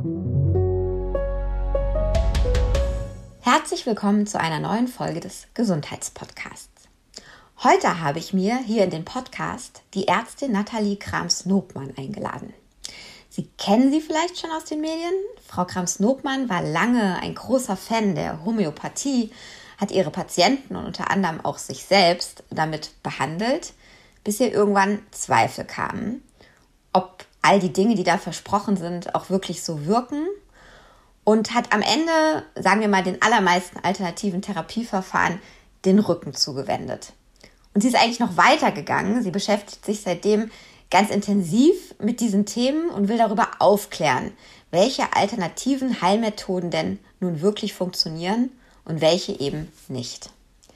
Herzlich willkommen zu einer neuen Folge des Gesundheitspodcasts. Heute habe ich mir hier in den Podcast die Ärztin Nathalie Krams-Nobmann eingeladen. Sie kennen sie vielleicht schon aus den Medien. Frau Krams-Nobmann war lange ein großer Fan der Homöopathie, hat ihre Patienten und unter anderem auch sich selbst damit behandelt, bis ihr irgendwann Zweifel kamen, ob all die Dinge, die da versprochen sind, auch wirklich so wirken, und hat am Ende, sagen wir mal, den allermeisten alternativen Therapieverfahren den Rücken zugewendet. Und sie ist eigentlich noch weitergegangen. Sie beschäftigt sich seitdem ganz intensiv mit diesen Themen und will darüber aufklären, welche alternativen Heilmethoden denn nun wirklich funktionieren und welche eben nicht.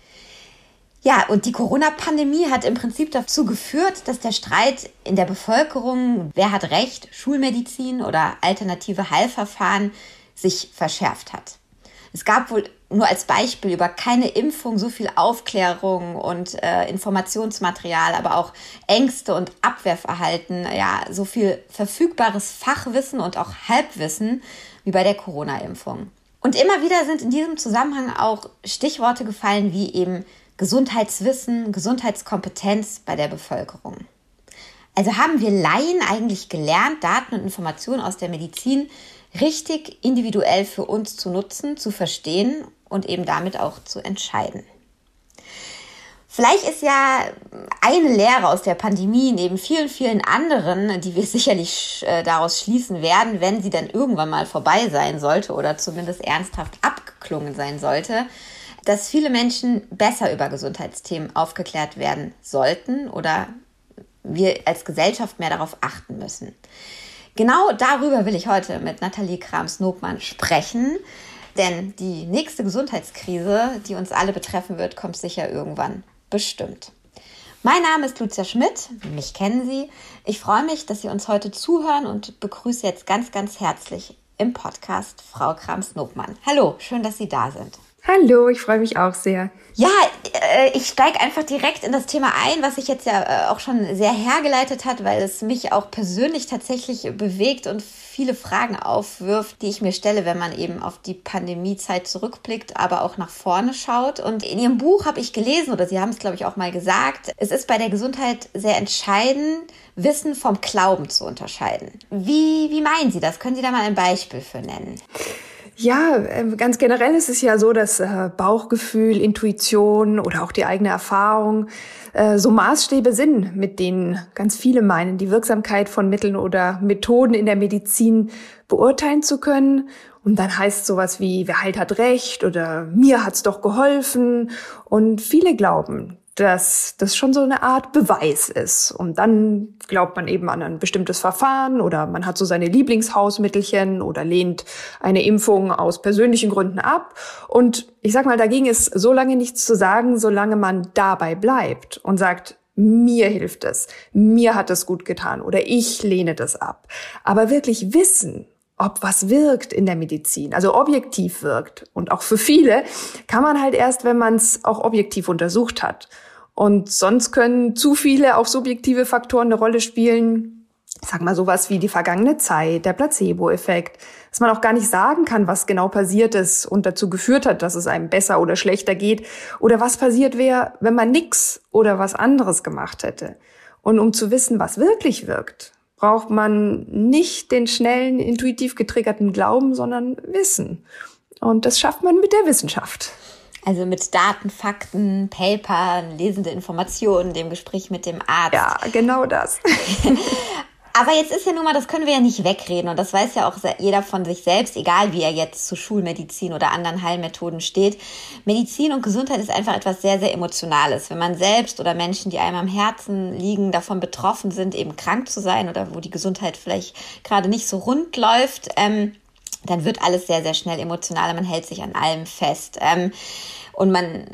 Ja, und die Corona-Pandemie hat im Prinzip dazu geführt, dass der Streit in der Bevölkerung, wer hat Recht, Schulmedizin oder alternative Heilverfahren, sich verschärft hat. Es gab wohl nur als Beispiel über keine Impfung so viel Aufklärung und Informationsmaterial, aber auch Ängste und Abwehrverhalten, ja, so viel verfügbares Fachwissen und auch Halbwissen wie bei der Corona-Impfung. Und immer wieder sind in diesem Zusammenhang auch Stichworte gefallen wie eben Gesundheitswissen, Gesundheitskompetenz bei der Bevölkerung. Also haben wir Laien eigentlich gelernt, Daten und Informationen aus der Medizin richtig individuell für uns zu nutzen, zu verstehen und eben damit auch zu entscheiden. Vielleicht ist ja eine Lehre aus der Pandemie neben vielen, vielen anderen, die wir sicherlich daraus schließen werden, wenn sie dann irgendwann mal vorbei sein sollte oder zumindest ernsthaft abgeklungen sein sollte, dass viele Menschen besser über Gesundheitsthemen aufgeklärt werden sollten oder wir als Gesellschaft mehr darauf achten müssen. Genau darüber will ich heute mit Nathalie Krams-Nobmann sprechen, denn die nächste Gesundheitskrise, die uns alle betreffen wird, kommt sicher irgendwann bestimmt. Mein Name ist Lucia Schmidt, mich kennen Sie. Ich freue mich, dass Sie uns heute zuhören und begrüße jetzt ganz, ganz herzlich im Podcast Frau Krams-Nobmann. Hallo, schön, dass Sie da sind. Hallo, ich freue mich auch sehr. Ja, ich steige einfach direkt in das Thema ein, was sich jetzt ja auch schon sehr hergeleitet hat, weil es mich auch persönlich tatsächlich bewegt und viele Fragen aufwirft, die ich mir stelle, wenn man eben auf die Pandemiezeit zurückblickt, aber auch nach vorne schaut. Und in Ihrem Buch habe ich gelesen, oder Sie haben es, glaube ich, auch mal gesagt, es ist bei der Gesundheit sehr entscheidend, Wissen vom Glauben zu unterscheiden. Wie meinen Sie das? Können Sie da mal ein Beispiel für nennen? Ja, ganz generell ist es ja so, dass Bauchgefühl, Intuition oder auch die eigene Erfahrung so Maßstäbe sind, mit denen ganz viele meinen, die Wirksamkeit von Mitteln oder Methoden in der Medizin beurteilen zu können. Und dann heißt sowas wie, wer heilt, hat recht oder mir hat's doch geholfen. Und viele glauben, dass das schon so eine Art Beweis ist. Und dann glaubt man eben an ein bestimmtes Verfahren oder man hat so seine Lieblingshausmittelchen oder lehnt eine Impfung aus persönlichen Gründen ab. Und ich sag mal, dagegen ist so lange nichts zu sagen, solange man dabei bleibt und sagt, mir hilft es, mir hat es gut getan oder ich lehne das ab. Aber wirklich wissen, ob was wirkt in der Medizin, also objektiv wirkt. Und auch für viele kann man halt erst, wenn man es auch objektiv untersucht hat. Und sonst können zu viele auch subjektive Faktoren eine Rolle spielen. Ich sag mal sowas wie die vergangene Zeit, der Placebo-Effekt, dass man auch gar nicht sagen kann, was genau passiert ist und dazu geführt hat, dass es einem besser oder schlechter geht oder was passiert wäre, wenn man nix oder was anderes gemacht hätte. Und um zu wissen, was wirklich wirkt, braucht man nicht den schnellen, intuitiv getriggerten Glauben, sondern Wissen. Und das schafft man mit der Wissenschaft. Also mit Daten, Fakten, Paper, lesende Informationen, dem Gespräch mit dem Arzt. Ja, genau das. Aber jetzt ist ja nun mal, das können wir ja nicht wegreden und das weiß ja auch jeder von sich selbst, egal wie er jetzt zu Schulmedizin oder anderen Heilmethoden steht. Medizin und Gesundheit ist einfach etwas sehr, sehr Emotionales. Wenn man selbst oder Menschen, die einem am Herzen liegen, davon betroffen sind, eben krank zu sein oder wo die Gesundheit vielleicht gerade nicht so rund läuft, dann wird alles sehr, sehr schnell emotional, man hält sich an allem fest. Und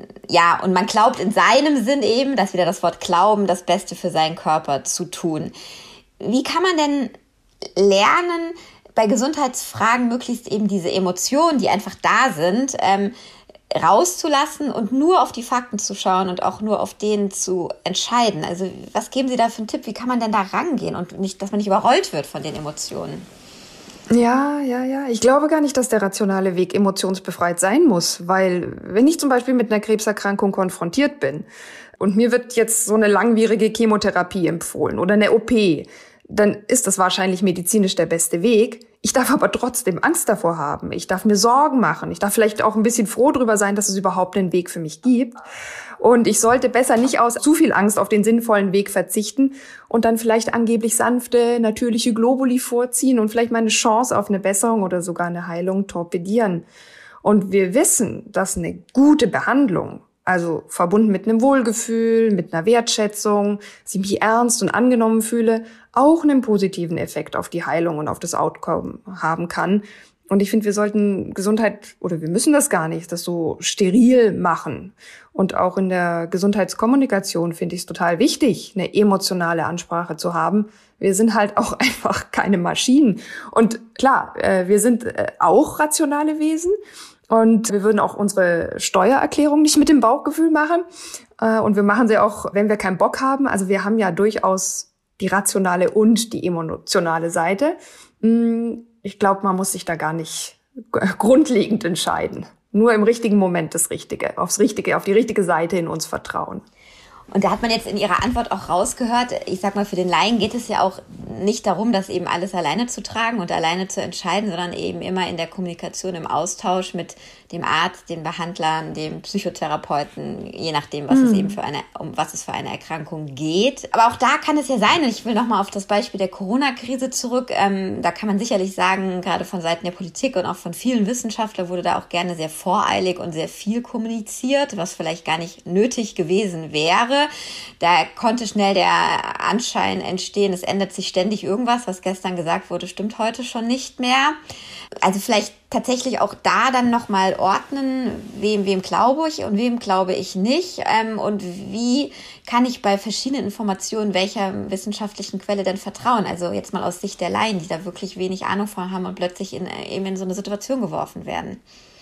man glaubt in seinem Sinn eben, dass wieder das Wort Glauben, das Beste für seinen Körper zu tun. Wie kann man denn lernen, bei Gesundheitsfragen möglichst eben diese Emotionen, die einfach da sind, rauszulassen und nur auf die Fakten zu schauen und auch nur auf denen zu entscheiden? Also was geben Sie da für einen Tipp? Wie kann man denn da rangehen und nicht, dass man nicht überrollt wird von den Emotionen? Ja. Ich glaube gar nicht, dass der rationale Weg emotionsbefreit sein muss, weil wenn ich zum Beispiel mit einer Krebserkrankung konfrontiert bin und mir wird jetzt so eine langwierige Chemotherapie empfohlen oder eine OP, dann ist das wahrscheinlich medizinisch der beste Weg. Ich darf aber trotzdem Angst davor haben. Ich darf mir Sorgen machen. Ich darf vielleicht auch ein bisschen froh drüber sein, dass es überhaupt einen Weg für mich gibt. Und ich sollte besser nicht aus zu viel Angst auf den sinnvollen Weg verzichten und dann vielleicht angeblich sanfte, natürliche Globuli vorziehen und vielleicht meine Chance auf eine Besserung oder sogar eine Heilung torpedieren. Und wir wissen, dass eine gute Behandlung, also verbunden mit einem Wohlgefühl, mit einer Wertschätzung, dass ich mich ernst und angenommen fühle, auch einen positiven Effekt auf die Heilung und auf das Outcome haben kann. Und ich finde, wir sollten Gesundheit, oder wir müssen das gar nicht, das so steril machen. Und auch in der Gesundheitskommunikation finde ich es total wichtig, eine emotionale Ansprache zu haben. Wir sind halt auch einfach keine Maschinen. Und klar, wir sind auch rationale Wesen. Und wir würden auch unsere Steuererklärung nicht mit dem Bauchgefühl machen. Und wir machen sie auch, wenn wir keinen Bock haben. Also wir haben ja durchaus die rationale und die emotionale Seite. Ich glaube, man muss sich da gar nicht grundlegend entscheiden. Nur im richtigen Moment das Richtige, auf die richtige Seite in uns vertrauen. Und da hat man jetzt in Ihrer Antwort auch rausgehört, ich sag mal, für den Laien geht es ja auch nicht darum, das eben alles alleine zu tragen und alleine zu entscheiden, sondern eben immer in der Kommunikation, im Austausch mit dem Arzt, den Behandlern, dem Psychotherapeuten, je nachdem, was es eben um was es für eine Erkrankung geht. Aber auch da kann es ja sein, und ich will nochmal auf das Beispiel der Corona-Krise zurück, da kann man sicherlich sagen, gerade von Seiten der Politik und auch von vielen Wissenschaftlern wurde da auch gerne sehr voreilig und sehr viel kommuniziert, was vielleicht gar nicht nötig gewesen wäre. Da konnte schnell der Anschein entstehen, es ändert sich ständig irgendwas, was gestern gesagt wurde, stimmt heute schon nicht mehr. Also vielleicht tatsächlich auch da dann nochmal ordnen, wem glaube ich und wem glaube ich nicht, und wie kann ich bei verschiedenen Informationen welcher wissenschaftlichen Quelle denn vertrauen? Also jetzt mal aus Sicht der Laien, die da wirklich wenig Ahnung von haben und plötzlich eben in so eine Situation geworfen werden.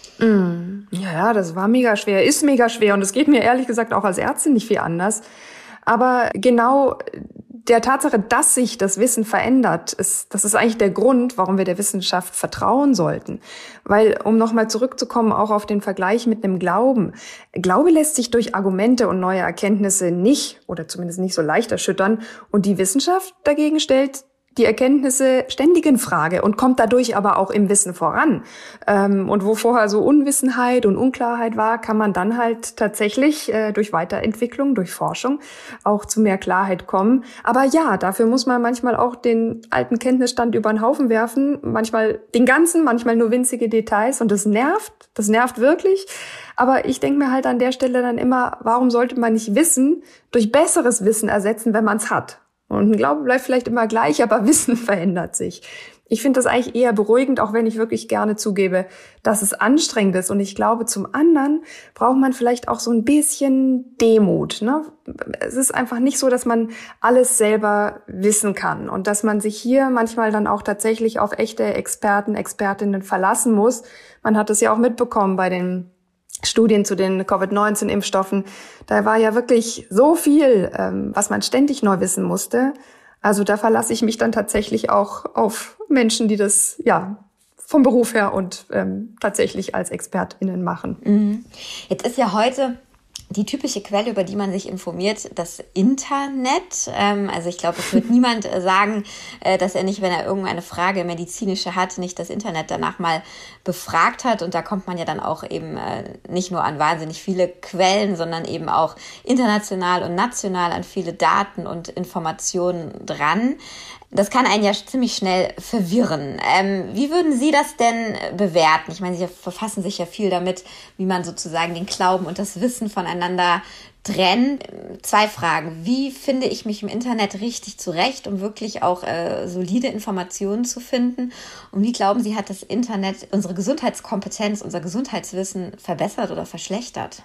Ja, das war mega schwer, ist mega schwer und es geht mir ehrlich gesagt auch als Ärztin nicht viel anders. Aber genau der Tatsache, dass sich das Wissen verändert, das ist eigentlich der Grund, warum wir der Wissenschaft vertrauen sollten. Weil, um nochmal zurückzukommen, auch auf den Vergleich mit einem Glauben. Glaube lässt sich durch Argumente und neue Erkenntnisse nicht, oder zumindest nicht so leicht erschüttern. Und die Wissenschaft dagegen stellt die Erkenntnisse ständig in Frage und kommt dadurch aber auch im Wissen voran. Und wo vorher so Unwissenheit und Unklarheit war, kann man dann halt tatsächlich durch Weiterentwicklung, durch Forschung auch zu mehr Klarheit kommen. Aber ja, dafür muss man manchmal auch den alten Kenntnisstand über den Haufen werfen, manchmal den ganzen, manchmal nur winzige Details, und das nervt wirklich. Aber ich denke mir halt an der Stelle dann immer, warum sollte man nicht Wissen durch besseres Wissen ersetzen, wenn man es hat? Und ein Glaube bleibt vielleicht immer gleich, aber Wissen verändert sich. Ich finde das eigentlich eher beruhigend, auch wenn ich wirklich gerne zugebe, dass es anstrengend ist. Und ich glaube, zum anderen braucht man vielleicht auch so ein bisschen Demut, ne? Es ist einfach nicht so, dass man alles selber wissen kann und dass man sich hier manchmal dann auch tatsächlich auf echte Experten, Expertinnen verlassen muss. Man hat es ja auch mitbekommen bei den Studien zu den Covid-19-Impfstoffen. Da war ja wirklich so viel, was man ständig neu wissen musste. Also da verlasse ich mich dann tatsächlich auch auf Menschen, die das ja vom Beruf her und tatsächlich als ExpertInnen machen. Jetzt ist ja heute die typische Quelle, über die man sich informiert, das Internet. Also ich glaube, es wird niemand sagen, dass er nicht, wenn er irgendeine Frage medizinische hat, nicht das Internet danach mal befragt hat. Und da kommt man ja dann auch eben nicht nur an wahnsinnig viele Quellen, sondern eben auch international und national an viele Daten und Informationen dran. Das kann einen ja ziemlich schnell verwirren. Wie würden Sie das denn bewerten? Ich meine, Sie verfassen sich ja viel damit, wie man sozusagen den Glauben und das Wissen voneinander trennt. 2 Fragen. Wie finde ich mich im Internet richtig zurecht, um wirklich auch solide Informationen zu finden? Und wie glauben Sie, hat das Internet unsere Gesundheitskompetenz, unser Gesundheitswissen verbessert oder verschlechtert?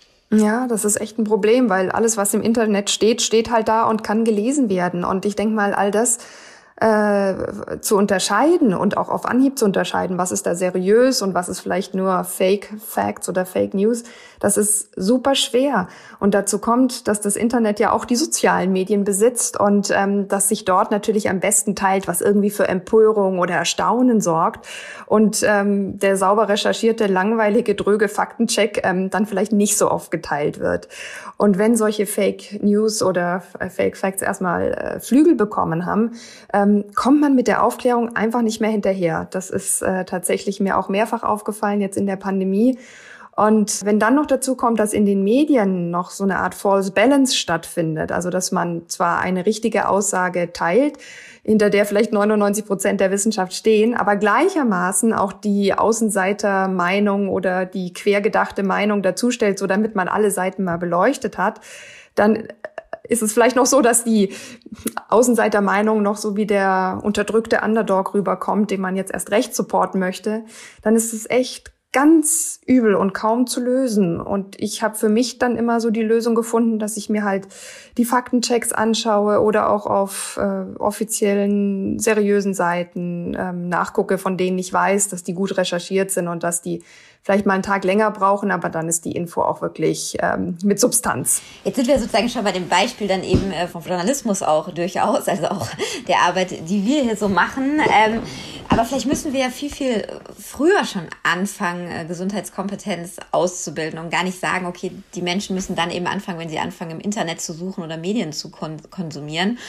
Ja, das ist echt ein Problem, weil alles, was im Internet steht, steht halt da und kann gelesen werden. Und ich denke mal, all das zu unterscheiden und auch auf Anhieb zu unterscheiden, was ist da seriös und was ist vielleicht nur Fake Facts oder Fake News, das ist super schwer. Und dazu kommt, dass das Internet ja auch die sozialen Medien besitzt und dass sich dort natürlich am besten teilt, was irgendwie für Empörung oder Erstaunen sorgt und der sauber recherchierte, langweilige, dröge Faktencheck dann vielleicht nicht so oft geteilt wird. Und wenn solche Fake News oder Fake Facts erstmal Flügel bekommen haben, kommt man mit der Aufklärung einfach nicht mehr hinterher. Das ist tatsächlich mir auch mehrfach aufgefallen jetzt in der Pandemie. Und wenn dann noch dazu kommt, dass in den Medien noch so eine Art False Balance stattfindet, also dass man zwar eine richtige Aussage teilt, hinter der vielleicht 99% der Wissenschaft stehen, aber gleichermaßen auch die Außenseitermeinung oder die quergedachte Meinung dazustellt, so damit man alle Seiten mal beleuchtet hat, dann ist es vielleicht noch so, dass die Außenseitermeinung noch so wie der unterdrückte Underdog rüberkommt, den man jetzt erst recht supporten möchte, dann ist es echt ganz übel und kaum zu lösen. Und ich habe für mich dann immer so die Lösung gefunden, dass ich mir halt die Faktenchecks anschaue oder auch auf offiziellen, seriösen Seiten nachgucke, von denen ich weiß, dass die gut recherchiert sind und dass die vielleicht mal einen Tag länger brauchen, aber dann ist die Info auch wirklich mit Substanz. Jetzt sind wir sozusagen schon bei dem Beispiel dann eben vom Journalismus auch durchaus, also auch der Arbeit, die wir hier so machen. Aber vielleicht müssen wir ja viel, viel früher schon anfangen, Gesundheitskompetenz auszubilden und gar nicht sagen, okay, die Menschen müssen dann eben anfangen, wenn sie anfangen, im Internet zu suchen oder Medien zu konsumieren.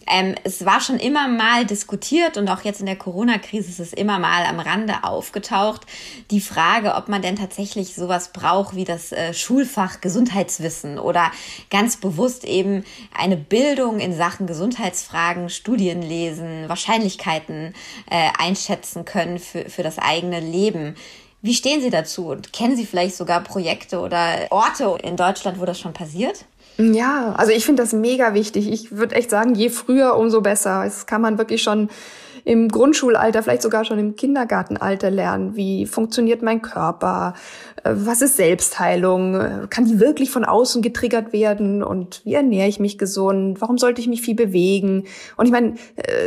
Es war schon immer mal diskutiert und auch jetzt in der Corona-Krise ist es immer mal am Rande aufgetaucht, die Frage, ob man denn tatsächlich sowas braucht wie das Schulfach Gesundheitswissen oder ganz bewusst eben eine Bildung in Sachen Gesundheitsfragen, Studien lesen, Wahrscheinlichkeiten einschätzen können für das eigene Leben. Wie stehen Sie dazu und kennen Sie vielleicht sogar Projekte oder Orte in Deutschland, wo das schon passiert? Ja, also ich finde das mega wichtig. Ich würde echt sagen, je früher, umso besser. Das kann man wirklich schon im Grundschulalter, vielleicht sogar schon im Kindergartenalter lernen. Wie funktioniert mein Körper? Was ist Selbstheilung? Kann die wirklich von außen getriggert werden? Und wie ernähre ich mich gesund? Warum sollte ich mich viel bewegen? Und ich meine,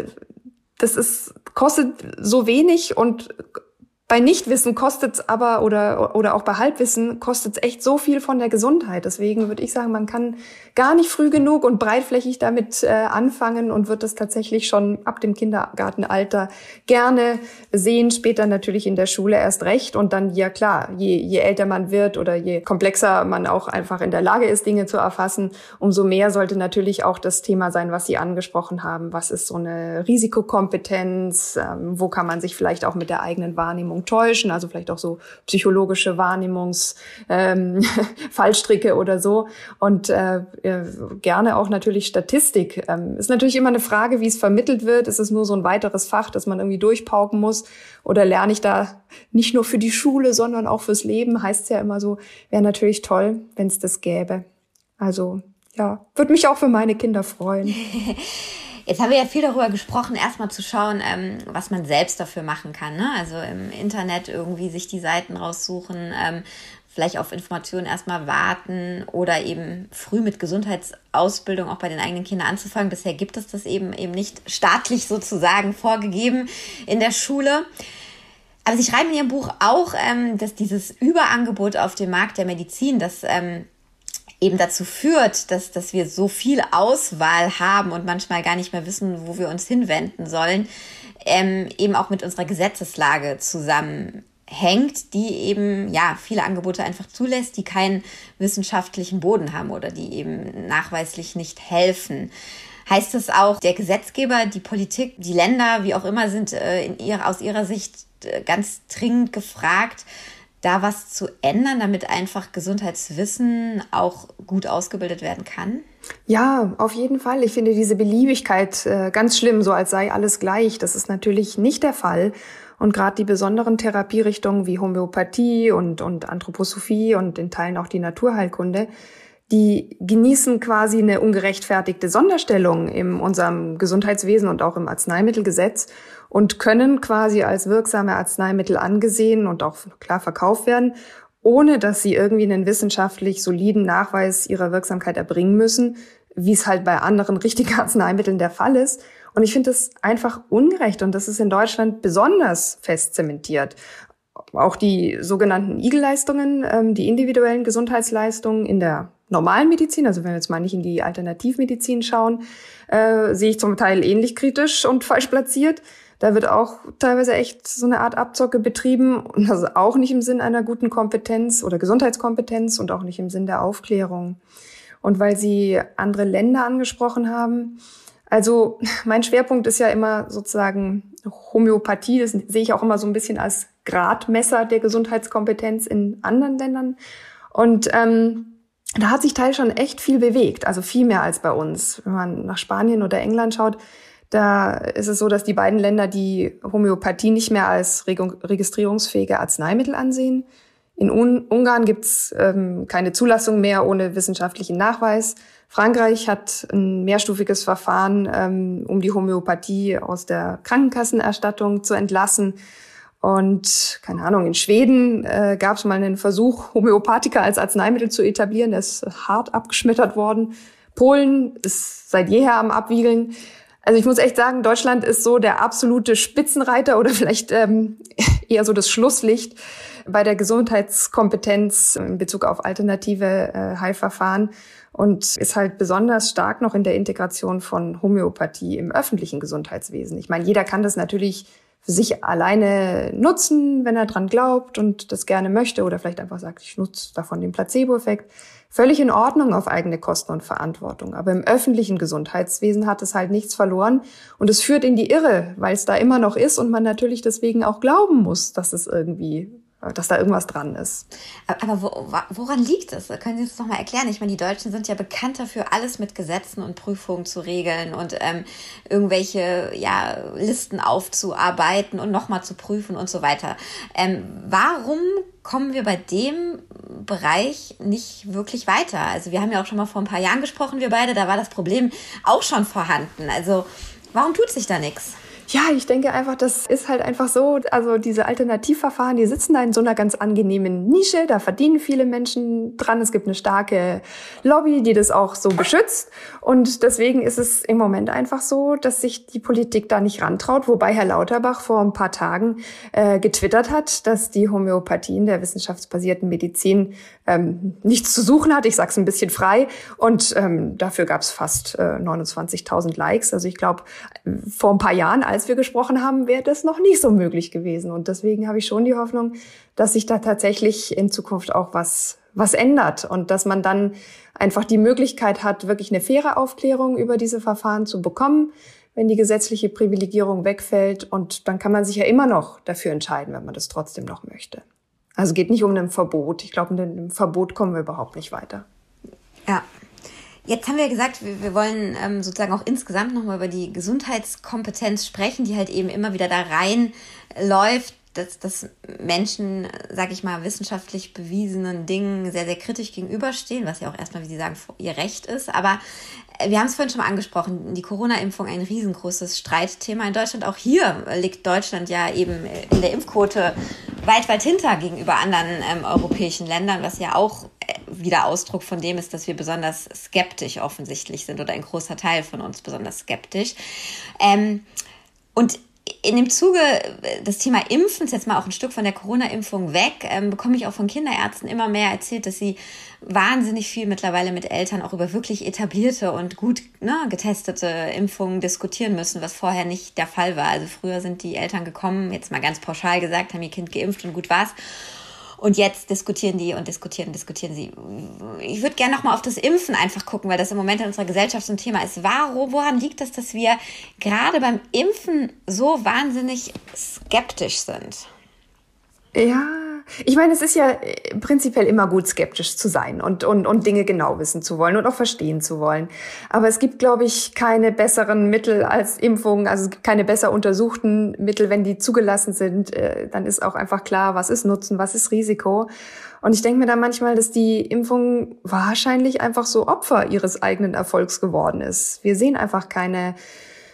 kostet so wenig und bei Nichtwissen kostet es aber, oder auch bei Halbwissen kostet es echt so viel von der Gesundheit. Deswegen würde ich sagen, man kann gar nicht früh genug und breitflächig damit anfangen und wird das tatsächlich schon ab dem Kindergartenalter gerne sehen, später natürlich in der Schule erst recht. Und dann, ja klar, je älter man wird oder je komplexer man auch einfach in der Lage ist, Dinge zu erfassen, umso mehr sollte natürlich auch das Thema sein, was Sie angesprochen haben. Was ist so eine Risikokompetenz? Wo kann man sich vielleicht auch mit der eigenen Wahrnehmung täuschen, also vielleicht auch so psychologische Fallstricke oder so und gerne auch natürlich Statistik. Ist natürlich immer eine Frage, wie es vermittelt wird. Ist es nur so ein weiteres Fach, das man irgendwie durchpauken muss oder lerne ich da nicht nur für die Schule, sondern auch fürs Leben, heißt es ja immer so, wäre natürlich toll, wenn es das gäbe. Also ja, würde mich auch für meine Kinder freuen. Jetzt haben wir ja viel darüber gesprochen, erstmal zu schauen, was man selbst dafür machen kann, ne? Also im Internet irgendwie sich die Seiten raussuchen, vielleicht auf Informationen erstmal warten oder eben früh mit Gesundheitsausbildung auch bei den eigenen Kindern anzufangen. Bisher gibt es das eben nicht staatlich sozusagen vorgegeben in der Schule. Aber Sie schreiben in Ihrem Buch auch, dass dieses Überangebot auf dem Markt der Medizin, das eben dazu führt, dass wir so viel Auswahl haben und manchmal gar nicht mehr wissen, wo wir uns hinwenden sollen, eben auch mit unserer Gesetzeslage zusammenhängt, die eben ja viele Angebote einfach zulässt, die keinen wissenschaftlichen Boden haben oder die eben nachweislich nicht helfen. Heißt das auch, der Gesetzgeber, die Politik, die Länder, wie auch immer, sind aus ihrer Sicht ganz dringend gefragt, da was zu ändern, damit einfach Gesundheitswissen auch gut ausgebildet werden kann? Ja, auf jeden Fall. Ich finde diese Beliebigkeit ganz schlimm, so als sei alles gleich. Das ist natürlich nicht der Fall. Und gerade die besonderen Therapierichtungen wie Homöopathie und Anthroposophie und in Teilen auch die Naturheilkunde, die genießen quasi eine ungerechtfertigte Sonderstellung in unserem Gesundheitswesen und auch im Arzneimittelgesetz und können quasi als wirksame Arzneimittel angesehen und auch klar verkauft werden, ohne dass sie irgendwie einen wissenschaftlich soliden Nachweis ihrer Wirksamkeit erbringen müssen, wie es halt bei anderen richtigen Arzneimitteln der Fall ist. Und ich finde das einfach ungerecht und das ist in Deutschland besonders fest zementiert. Auch die sogenannten IGEL-Leistungen, die individuellen Gesundheitsleistungen in der normalen Medizin, also wenn wir jetzt mal nicht in die Alternativmedizin schauen, sehe ich zum Teil ähnlich kritisch und falsch platziert. Da wird auch teilweise echt so eine Art Abzocke betrieben und das ist auch nicht im Sinn einer guten Kompetenz oder Gesundheitskompetenz und auch nicht im Sinn der Aufklärung. Und weil Sie andere Länder angesprochen haben, also mein Schwerpunkt ist ja immer sozusagen Homöopathie, das sehe ich auch immer so ein bisschen als Gradmesser der Gesundheitskompetenz in anderen Ländern. Und da hat sich teil schon echt viel bewegt, also viel mehr als bei uns. Wenn man nach Spanien oder England schaut, da ist es so, dass die beiden Länder die Homöopathie nicht mehr als registrierungsfähige Arzneimittel ansehen. In Ungarn gibt's keine Zulassung mehr ohne wissenschaftlichen Nachweis. Frankreich hat ein mehrstufiges Verfahren, um die Homöopathie aus der Krankenkassenerstattung zu entlassen. Und, keine Ahnung, in Schweden gab es mal einen Versuch, Homöopathika als Arzneimittel zu etablieren. Der ist hart abgeschmettert worden. Polen ist seit jeher am Abwiegeln. Also ich muss echt sagen, Deutschland ist so der absolute Spitzenreiter oder vielleicht eher so das Schlusslicht bei der Gesundheitskompetenz in Bezug auf alternative Heilverfahren und ist halt besonders stark noch in der Integration von Homöopathie im öffentlichen Gesundheitswesen. Ich meine, jeder kann das natürlich für sich alleine nutzen, wenn er dran glaubt und das gerne möchte oder vielleicht einfach sagt, ich nutze davon den Placebo-Effekt. Völlig in Ordnung auf eigene Kosten und Verantwortung. Aber im öffentlichen Gesundheitswesen hat es halt nichts verloren und es führt in die Irre, weil es da immer noch ist und man natürlich deswegen auch glauben muss, dass da irgendwas dran ist. Aber woran liegt es? Können Sie das nochmal erklären? Ich meine, die Deutschen sind ja bekannt dafür, alles mit Gesetzen und Prüfungen zu regeln und irgendwelche Listen aufzuarbeiten und nochmal zu prüfen und so weiter. Warum kommen wir bei dem Bereich nicht wirklich weiter? Also wir haben ja auch schon mal vor ein paar Jahren gesprochen, wir beide, da war das Problem auch schon vorhanden. Also warum tut sich da nichts? Ja, ich denke einfach, das ist halt einfach so, also diese Alternativverfahren, die sitzen da in so einer ganz angenehmen Nische, da verdienen viele Menschen dran, es gibt eine starke Lobby, die das auch so beschützt und deswegen ist es im Moment einfach so, dass sich die Politik da nicht rantraut, wobei Herr Lauterbach vor ein paar Tagen getwittert hat, dass die Homöopathie in der wissenschaftsbasierten Medizin nichts zu suchen hat, ich sag's ein bisschen frei und dafür gab's fast 29.000 Likes, also ich glaube, vor ein paar Jahren, als wir gesprochen haben, wäre das noch nicht so möglich gewesen. Und deswegen habe ich schon die Hoffnung, dass sich da tatsächlich in Zukunft auch was ändert und dass man dann einfach die Möglichkeit hat, wirklich eine faire Aufklärung über diese Verfahren zu bekommen, wenn die gesetzliche Privilegierung wegfällt. Und dann kann man sich ja immer noch dafür entscheiden, wenn man das trotzdem noch möchte. Also es geht nicht um ein Verbot. Ich glaube, mit einem Verbot kommen wir überhaupt nicht weiter. Ja. Jetzt haben wir gesagt, wir wollen sozusagen auch insgesamt nochmal über die Gesundheitskompetenz sprechen, die halt eben immer wieder da reinläuft, dass Menschen, sag ich mal, wissenschaftlich bewiesenen Dingen sehr, sehr kritisch gegenüberstehen, was ja auch erstmal, wie Sie sagen, ihr Recht ist. Aber wir haben es vorhin schon mal angesprochen, die Corona-Impfung ein riesengroßes Streitthema in Deutschland. Auch hier liegt Deutschland ja eben in der Impfquote weit hinter gegenüber anderen europäischen Ländern, was ja auch wieder Ausdruck von dem ist, dass wir besonders skeptisch offensichtlich sind oder ein großer Teil von uns besonders skeptisch. Und in dem Zuge des Thema Impfens, jetzt mal auch ein Stück von der Corona-Impfung weg, bekomme ich auch von Kinderärzten immer mehr erzählt, dass sie wahnsinnig viel mittlerweile mit Eltern auch über wirklich etablierte und gut getestete Impfungen diskutieren müssen, was vorher nicht der Fall war. Also früher sind die Eltern gekommen, jetzt mal ganz pauschal gesagt, haben ihr Kind geimpft und gut war's. Und jetzt diskutieren sie. Ich würde gerne nochmal auf das Impfen einfach gucken, weil das im Moment in unserer Gesellschaft so ein Thema ist. Woran liegt es, dass wir gerade beim Impfen so wahnsinnig skeptisch sind? Ja, ich meine, es ist ja prinzipiell immer gut, skeptisch zu sein und Dinge genau wissen zu wollen und auch verstehen zu wollen. Aber es gibt, glaube ich, keine besseren Mittel als Impfungen. Also es gibt keine besser untersuchten Mittel. Wenn die zugelassen sind, dann ist auch einfach klar, was ist Nutzen, was ist Risiko. Und ich denke mir da manchmal, dass die Impfung wahrscheinlich einfach so Opfer ihres eigenen Erfolgs geworden ist. Wir sehen einfach keine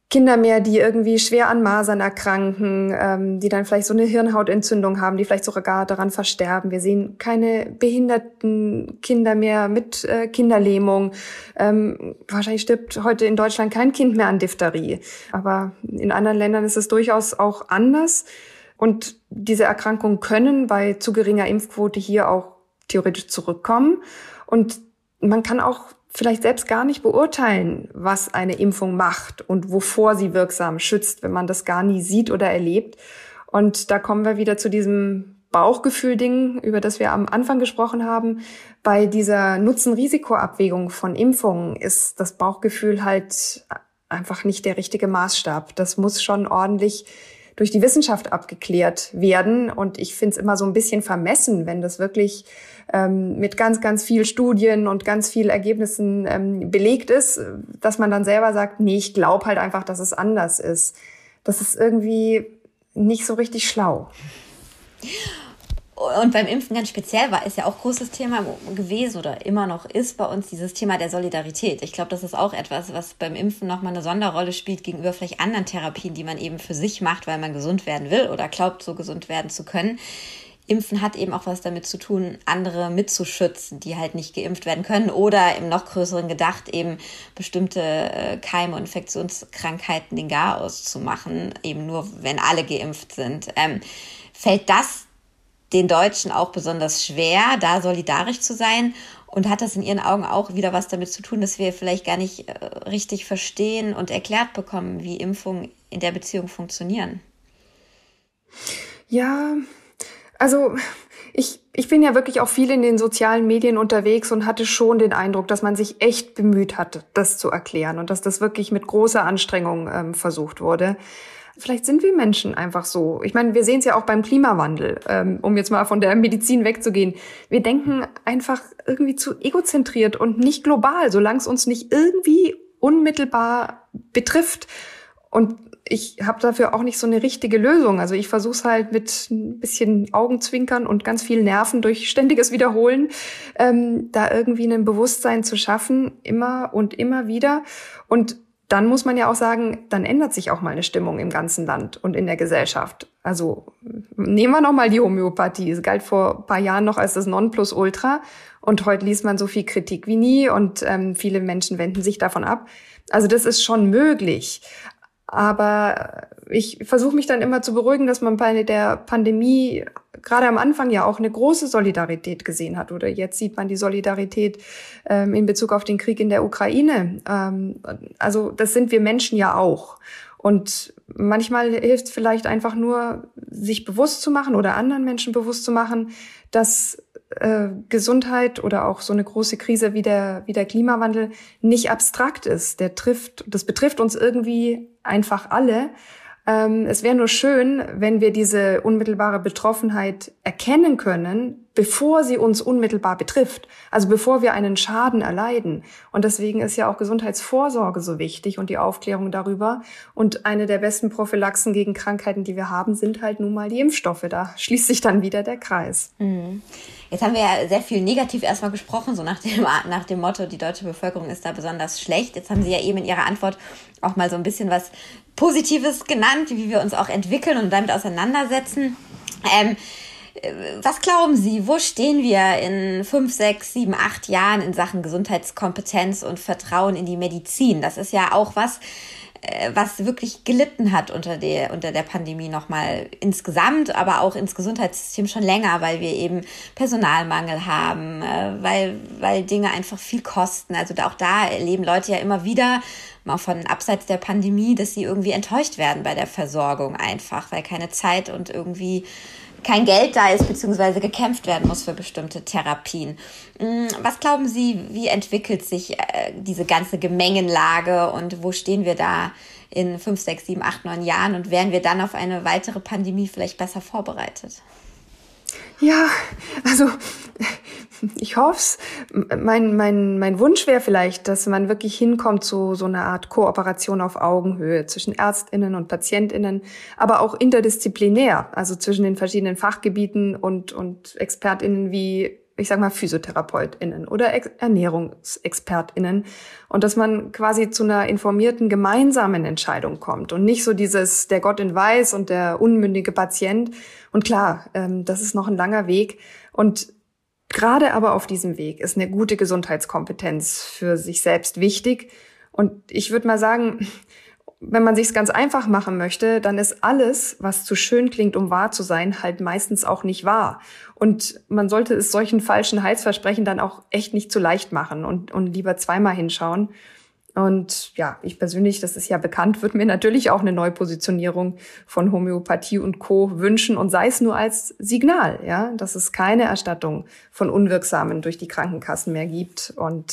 Kinder mehr, die irgendwie schwer an Masern erkranken, die dann vielleicht so eine Hirnhautentzündung haben, die vielleicht sogar daran versterben. Wir sehen keine behinderten Kinder mehr mit Kinderlähmung. Wahrscheinlich stirbt heute in Deutschland kein Kind mehr an Diphtherie. Aber in anderen Ländern ist es durchaus auch anders. Und diese Erkrankungen können bei zu geringer Impfquote hier auch theoretisch zurückkommen. Und man kann auch vielleicht selbst gar nicht beurteilen, was eine Impfung macht und wovor sie wirksam schützt, wenn man das gar nie sieht oder erlebt. Und da kommen wir wieder zu diesem Bauchgefühl-Ding, über das wir am Anfang gesprochen haben. Bei dieser Nutzen-Risiko-Abwägung von Impfungen ist das Bauchgefühl halt einfach nicht der richtige Maßstab. Das muss schon ordentlich durch die abgeklärt werden. Und ich finde es immer so ein bisschen vermessen, wenn das wirklich mit ganz, ganz viel Studien und ganz viel Ergebnissen belegt ist, dass man dann selber sagt, nee, ich glaube halt einfach, dass es anders ist. Das ist irgendwie nicht so richtig schlau. Und beim Impfen ganz speziell ist ja auch großes Thema gewesen oder immer noch ist bei uns dieses Thema der Solidarität. Ich glaube, das ist auch etwas, was beim Impfen nochmal eine Sonderrolle spielt gegenüber vielleicht anderen Therapien, die man eben für sich macht, weil man gesund werden will oder glaubt, so gesund werden zu können. Impfen hat eben auch was damit zu tun, andere mitzuschützen, die halt nicht geimpft werden können oder im noch größeren gedacht eben bestimmte Keime- und Infektionskrankheiten den Garaus zu machen, eben nur wenn alle geimpft sind. Fällt das den Deutschen auch besonders schwer, da solidarisch zu sein? Und hat das in Ihren Augen auch wieder was damit zu tun, dass wir vielleicht gar nicht richtig verstehen und erklärt bekommen, wie Impfungen in der Beziehung funktionieren? Ja, also ich bin ja wirklich auch viel in den sozialen Medien unterwegs und hatte schon den Eindruck, dass man sich echt bemüht hat, das zu erklären und dass das wirklich mit großer Anstrengung versucht wurde. Vielleicht sind wir Menschen einfach so. Ich meine, wir sehen es ja auch beim Klimawandel, um jetzt mal von der Medizin wegzugehen. Wir denken einfach irgendwie zu egozentriert und nicht global, solange es uns nicht irgendwie unmittelbar betrifft. Und ich habe dafür auch nicht so eine richtige Lösung. Also ich versuche es halt mit ein bisschen Augenzwinkern und ganz viel Nerven durch ständiges Wiederholen, da irgendwie ein Bewusstsein zu schaffen, immer und immer wieder. Und dann muss man ja auch sagen, dann ändert sich auch mal eine Stimmung im ganzen Land und in der Gesellschaft. Also nehmen wir noch mal die Homöopathie. Es galt vor ein paar Jahren noch als das Nonplusultra und heute liest man so viel Kritik wie nie und viele Menschen wenden sich davon ab. Also das ist schon möglich. Aber ich versuche mich dann immer zu beruhigen, dass man bei der Pandemie gerade am Anfang ja auch eine große Solidarität gesehen hat. Oder jetzt sieht man die Solidarität in Bezug auf den Krieg in der Ukraine. Also das sind wir Menschen ja auch. Und manchmal hilft es vielleicht einfach nur, sich bewusst zu machen oder anderen Menschen bewusst zu machen, dass Gesundheit oder auch so eine große Krise wie der Klimawandel nicht abstrakt ist. Das betrifft uns irgendwie einfach alle. Es wäre nur schön, wenn wir diese unmittelbare Betroffenheit erkennen können, bevor sie uns unmittelbar betrifft. Also bevor wir einen Schaden erleiden. Und deswegen ist ja auch Gesundheitsvorsorge so wichtig und die Aufklärung darüber. Und eine der besten Prophylaxen gegen Krankheiten, die wir haben, sind halt nun mal die Impfstoffe. Da schließt sich dann wieder der Kreis. Mhm. Jetzt haben wir ja sehr viel negativ erstmal gesprochen, so nach dem Motto, die deutsche Bevölkerung ist da besonders schlecht. Jetzt haben Sie ja eben in Ihrer Antwort auch mal so ein bisschen was Positives genannt, wie wir uns auch entwickeln und damit auseinandersetzen. Was glauben Sie, wo stehen wir in 5, 6, 7, 8 Jahren in Sachen Gesundheitskompetenz und Vertrauen in die Medizin? Das ist ja auch was wirklich gelitten hat unter der Pandemie nochmal insgesamt, aber auch ins Gesundheitssystem schon länger, weil wir eben Personalmangel haben, weil Dinge einfach viel kosten. Also auch da erleben Leute ja immer wieder, mal von abseits der Pandemie, dass sie irgendwie enttäuscht werden bei der Versorgung einfach, weil keine Zeit und irgendwie kein Geld da ist, beziehungsweise gekämpft werden muss für bestimmte Therapien. Was glauben Sie, wie entwickelt sich diese ganze Gemengenlage und wo stehen wir da in 5, 6, 7, 8, 9 Jahren und wären wir dann auf eine weitere Pandemie vielleicht besser vorbereitet? Ja, also ich hoff's. Mein Wunsch wäre vielleicht, dass man wirklich hinkommt zu so einer Art Kooperation auf Augenhöhe zwischen ÄrztInnen und PatientInnen, aber auch interdisziplinär, also zwischen den verschiedenen Fachgebieten und ExpertInnen wie ich sag mal, PhysiotherapeutInnen oder ErnährungsexpertInnen und dass man quasi zu einer informierten gemeinsamen Entscheidung kommt und nicht so dieses der Gott in Weiß und der unmündige Patient. Und klar, das ist noch ein langer Weg und gerade aber auf diesem Weg ist eine gute Gesundheitskompetenz für sich selbst wichtig. Und ich würde mal sagen, wenn man sich's ganz einfach machen möchte, dann ist alles, was zu schön klingt, um wahr zu sein, halt meistens auch nicht wahr. Und man sollte es solchen falschen Heilsversprechen dann auch echt nicht zu leicht machen und lieber zweimal hinschauen. Und ja, ich persönlich, das ist ja bekannt, würde mir natürlich auch eine Neupositionierung von Homöopathie und Co. wünschen und sei es nur als Signal, ja, dass es keine Erstattung von Unwirksamen durch die Krankenkassen mehr gibt. Und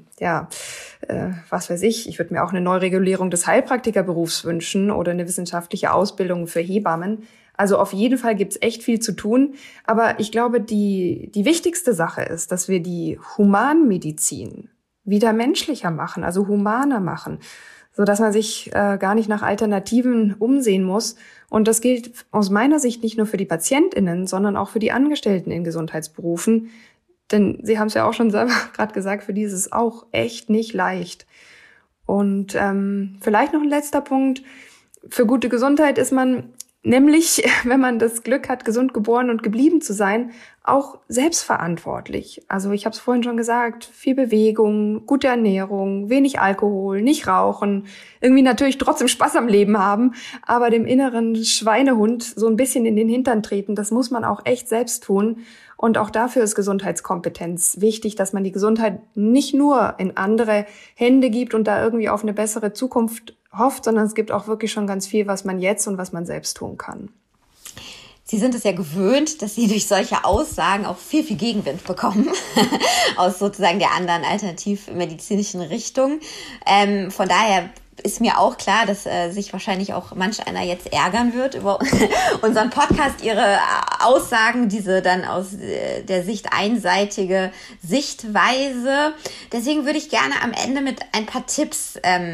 was weiß ich würde mir auch eine Neuregulierung des Heilpraktikerberufs wünschen oder eine wissenschaftliche Ausbildung für Hebammen. Also auf jeden Fall gibt's echt viel zu tun. Aber ich glaube, die wichtigste Sache ist, dass wir die Humanmedizin wieder menschlicher machen, also humaner machen, so dass man sich gar nicht nach Alternativen umsehen muss. Und das gilt aus meiner Sicht nicht nur für die PatientInnen, sondern auch für die Angestellten in Gesundheitsberufen. Denn Sie haben es ja auch schon selber gerade gesagt, für die ist es auch echt nicht leicht. Und vielleicht noch ein letzter Punkt. Für gute Gesundheit ist man nämlich, wenn man das Glück hat, gesund geboren und geblieben zu sein, auch selbstverantwortlich. Also ich habe es vorhin schon gesagt, viel Bewegung, gute Ernährung, wenig Alkohol, nicht rauchen, irgendwie natürlich trotzdem Spaß am Leben haben, aber dem inneren Schweinehund so ein bisschen in den Hintern treten, das muss man auch echt selbst tun. Und auch dafür ist Gesundheitskompetenz wichtig, dass man die Gesundheit nicht nur in andere Hände gibt und da irgendwie auf eine bessere Zukunft hofft, sondern es gibt auch wirklich schon ganz viel, was man jetzt und was man selbst tun kann. Sie sind es ja gewöhnt, dass Sie durch solche Aussagen auch viel Gegenwind bekommen aus sozusagen der anderen alternativmedizinischen Richtung. Von daher ist mir auch klar, dass sich wahrscheinlich auch manch einer jetzt ärgern wird über unseren Podcast, ihre Aussagen, diese dann aus der Sicht einseitige Sichtweise. Deswegen würde ich gerne am Ende mit ein paar Tipps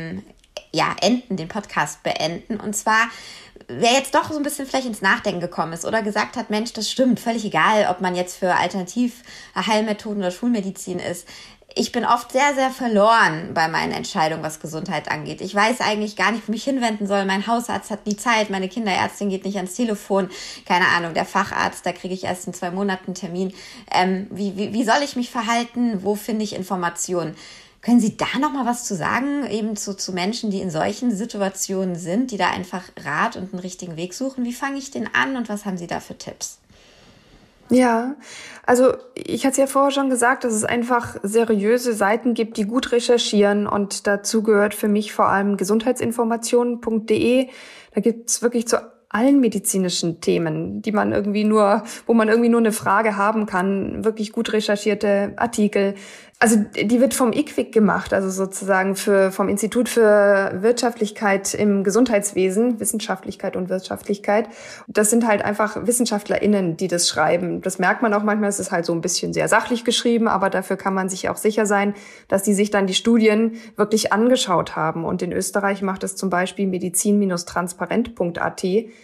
den Podcast beenden. Und zwar, wer jetzt doch so ein bisschen vielleicht ins Nachdenken gekommen ist oder gesagt hat, Mensch, das stimmt, völlig egal, ob man jetzt für Alternativheilmethoden oder Schulmedizin ist. Ich bin oft sehr, sehr verloren bei meinen Entscheidungen, was Gesundheit angeht. Ich weiß eigentlich gar nicht, wo ich mich hinwenden soll. Mein Hausarzt hat nie Zeit, meine Kinderärztin geht nicht ans Telefon. Keine Ahnung, der Facharzt, da kriege ich erst in 2 Monaten einen Termin. Wie soll ich mich verhalten? Wo finde ich Informationen? Können Sie da noch mal was zu sagen, eben zu Menschen, die in solchen Situationen sind, die da einfach Rat und einen richtigen Weg suchen? Wie fange ich den an und was haben Sie da für Tipps? Ja, also ich hatte es ja vorher schon gesagt, dass es einfach seriöse Seiten gibt, die gut recherchieren und dazu gehört für mich vor allem gesundheitsinformationen.de. Da gibt's wirklich zu allen medizinischen Themen, wo man irgendwie nur eine Frage haben kann, wirklich gut recherchierte Artikel. Also die wird vom IQWiG gemacht, also sozusagen vom Institut für Wirtschaftlichkeit im Gesundheitswesen, Wissenschaftlichkeit und Wirtschaftlichkeit. Das sind halt einfach WissenschaftlerInnen, die das schreiben. Das merkt man auch manchmal, es ist halt so ein bisschen sehr sachlich geschrieben, aber dafür kann man sich auch sicher sein, dass die sich dann die Studien wirklich angeschaut haben. Und in Österreich macht es zum Beispiel medizin-transparent.at.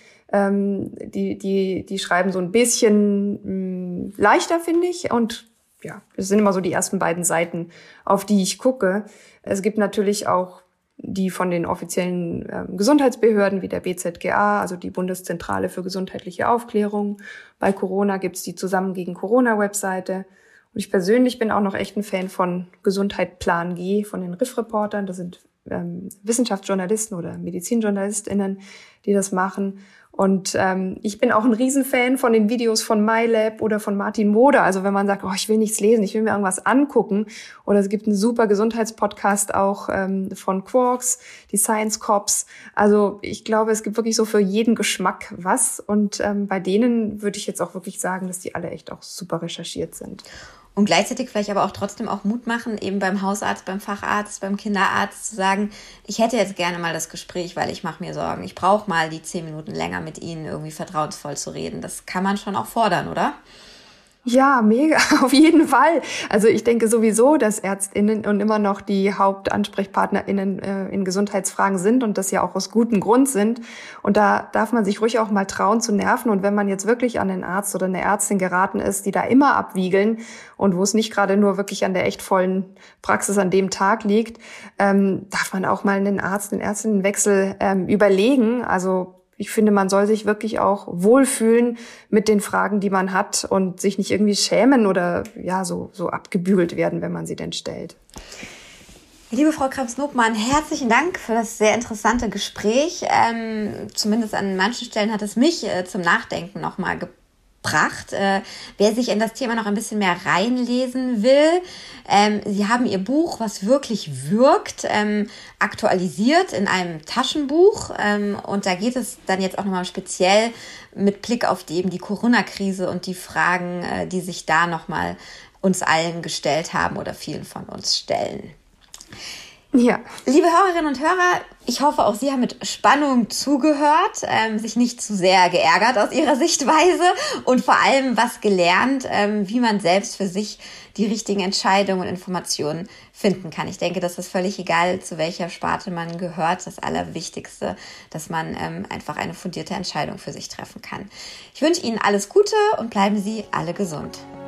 Die schreiben so ein bisschen leichter, finde ich, und ja, das sind immer so die ersten beiden Seiten, auf die ich gucke. Es gibt natürlich auch die von den offiziellen Gesundheitsbehörden wie der BZGA, also die Bundeszentrale für gesundheitliche Aufklärung. Bei Corona gibt's die Zusammen gegen Corona-Webseite. Und ich persönlich bin auch noch echt ein Fan von Gesundheit Plan G, von den RIF-Reportern. Das sind Wissenschaftsjournalisten oder MedizinjournalistInnen, die das machen. Und ich bin auch ein Riesenfan von den Videos von MyLab oder von Martin Moder. Also wenn man sagt, ich will nichts lesen, ich will mir irgendwas angucken. Oder es gibt einen super Gesundheitspodcast auch von Quarks, die Science Cops. Also ich glaube, es gibt wirklich so für jeden Geschmack was. Und bei denen würde ich jetzt auch wirklich sagen, dass die alle echt auch super recherchiert sind. Und gleichzeitig vielleicht aber auch trotzdem auch Mut machen, eben beim Hausarzt, beim Facharzt, beim Kinderarzt zu sagen, ich hätte jetzt gerne mal das Gespräch, weil ich mache mir Sorgen. Ich brauche mal die 10 Minuten länger mit Ihnen irgendwie vertrauensvoll zu reden. Das kann man schon auch fordern, oder? Ja, mega, auf jeden Fall. Also ich denke sowieso, dass ÄrztInnen und immer noch die HauptansprechpartnerInnen in Gesundheitsfragen sind und das ja auch aus gutem Grund sind. Und da darf man sich ruhig auch mal trauen zu nerven. Und wenn man jetzt wirklich an einen Arzt oder eine Ärztin geraten ist, die da immer abwiegeln und wo es nicht gerade nur wirklich an der echt vollen Praxis an dem Tag liegt, darf man auch mal einen Arzt, einen Ärztinnenwechsel überlegen. Also ich finde, man soll sich wirklich auch wohlfühlen mit den Fragen, die man hat und sich nicht irgendwie schämen oder ja so abgebügelt werden, wenn man sie denn stellt. Liebe Frau Krams-Nopmann, herzlichen Dank für das sehr interessante Gespräch. Zumindest an manchen Stellen hat es mich zum Nachdenken nochmal gebracht. Wer sich in das Thema noch ein bisschen mehr reinlesen will, Sie haben Ihr Buch, was wirklich wirkt, aktualisiert in einem Taschenbuch. Und da geht es dann jetzt auch nochmal speziell mit Blick auf die Corona-Krise und die Fragen, die sich da nochmal uns allen gestellt haben oder vielen von uns stellen. Ja. Liebe Hörerinnen und Hörer, ich hoffe, auch Sie haben mit Spannung zugehört, sich nicht zu sehr geärgert aus Ihrer Sichtweise und vor allem was gelernt, wie man selbst für sich die richtigen Entscheidungen und Informationen finden kann. Ich denke, das ist völlig egal, zu welcher Sparte man gehört. Das Allerwichtigste, dass man einfach eine fundierte Entscheidung für sich treffen kann. Ich wünsche Ihnen alles Gute und bleiben Sie alle gesund.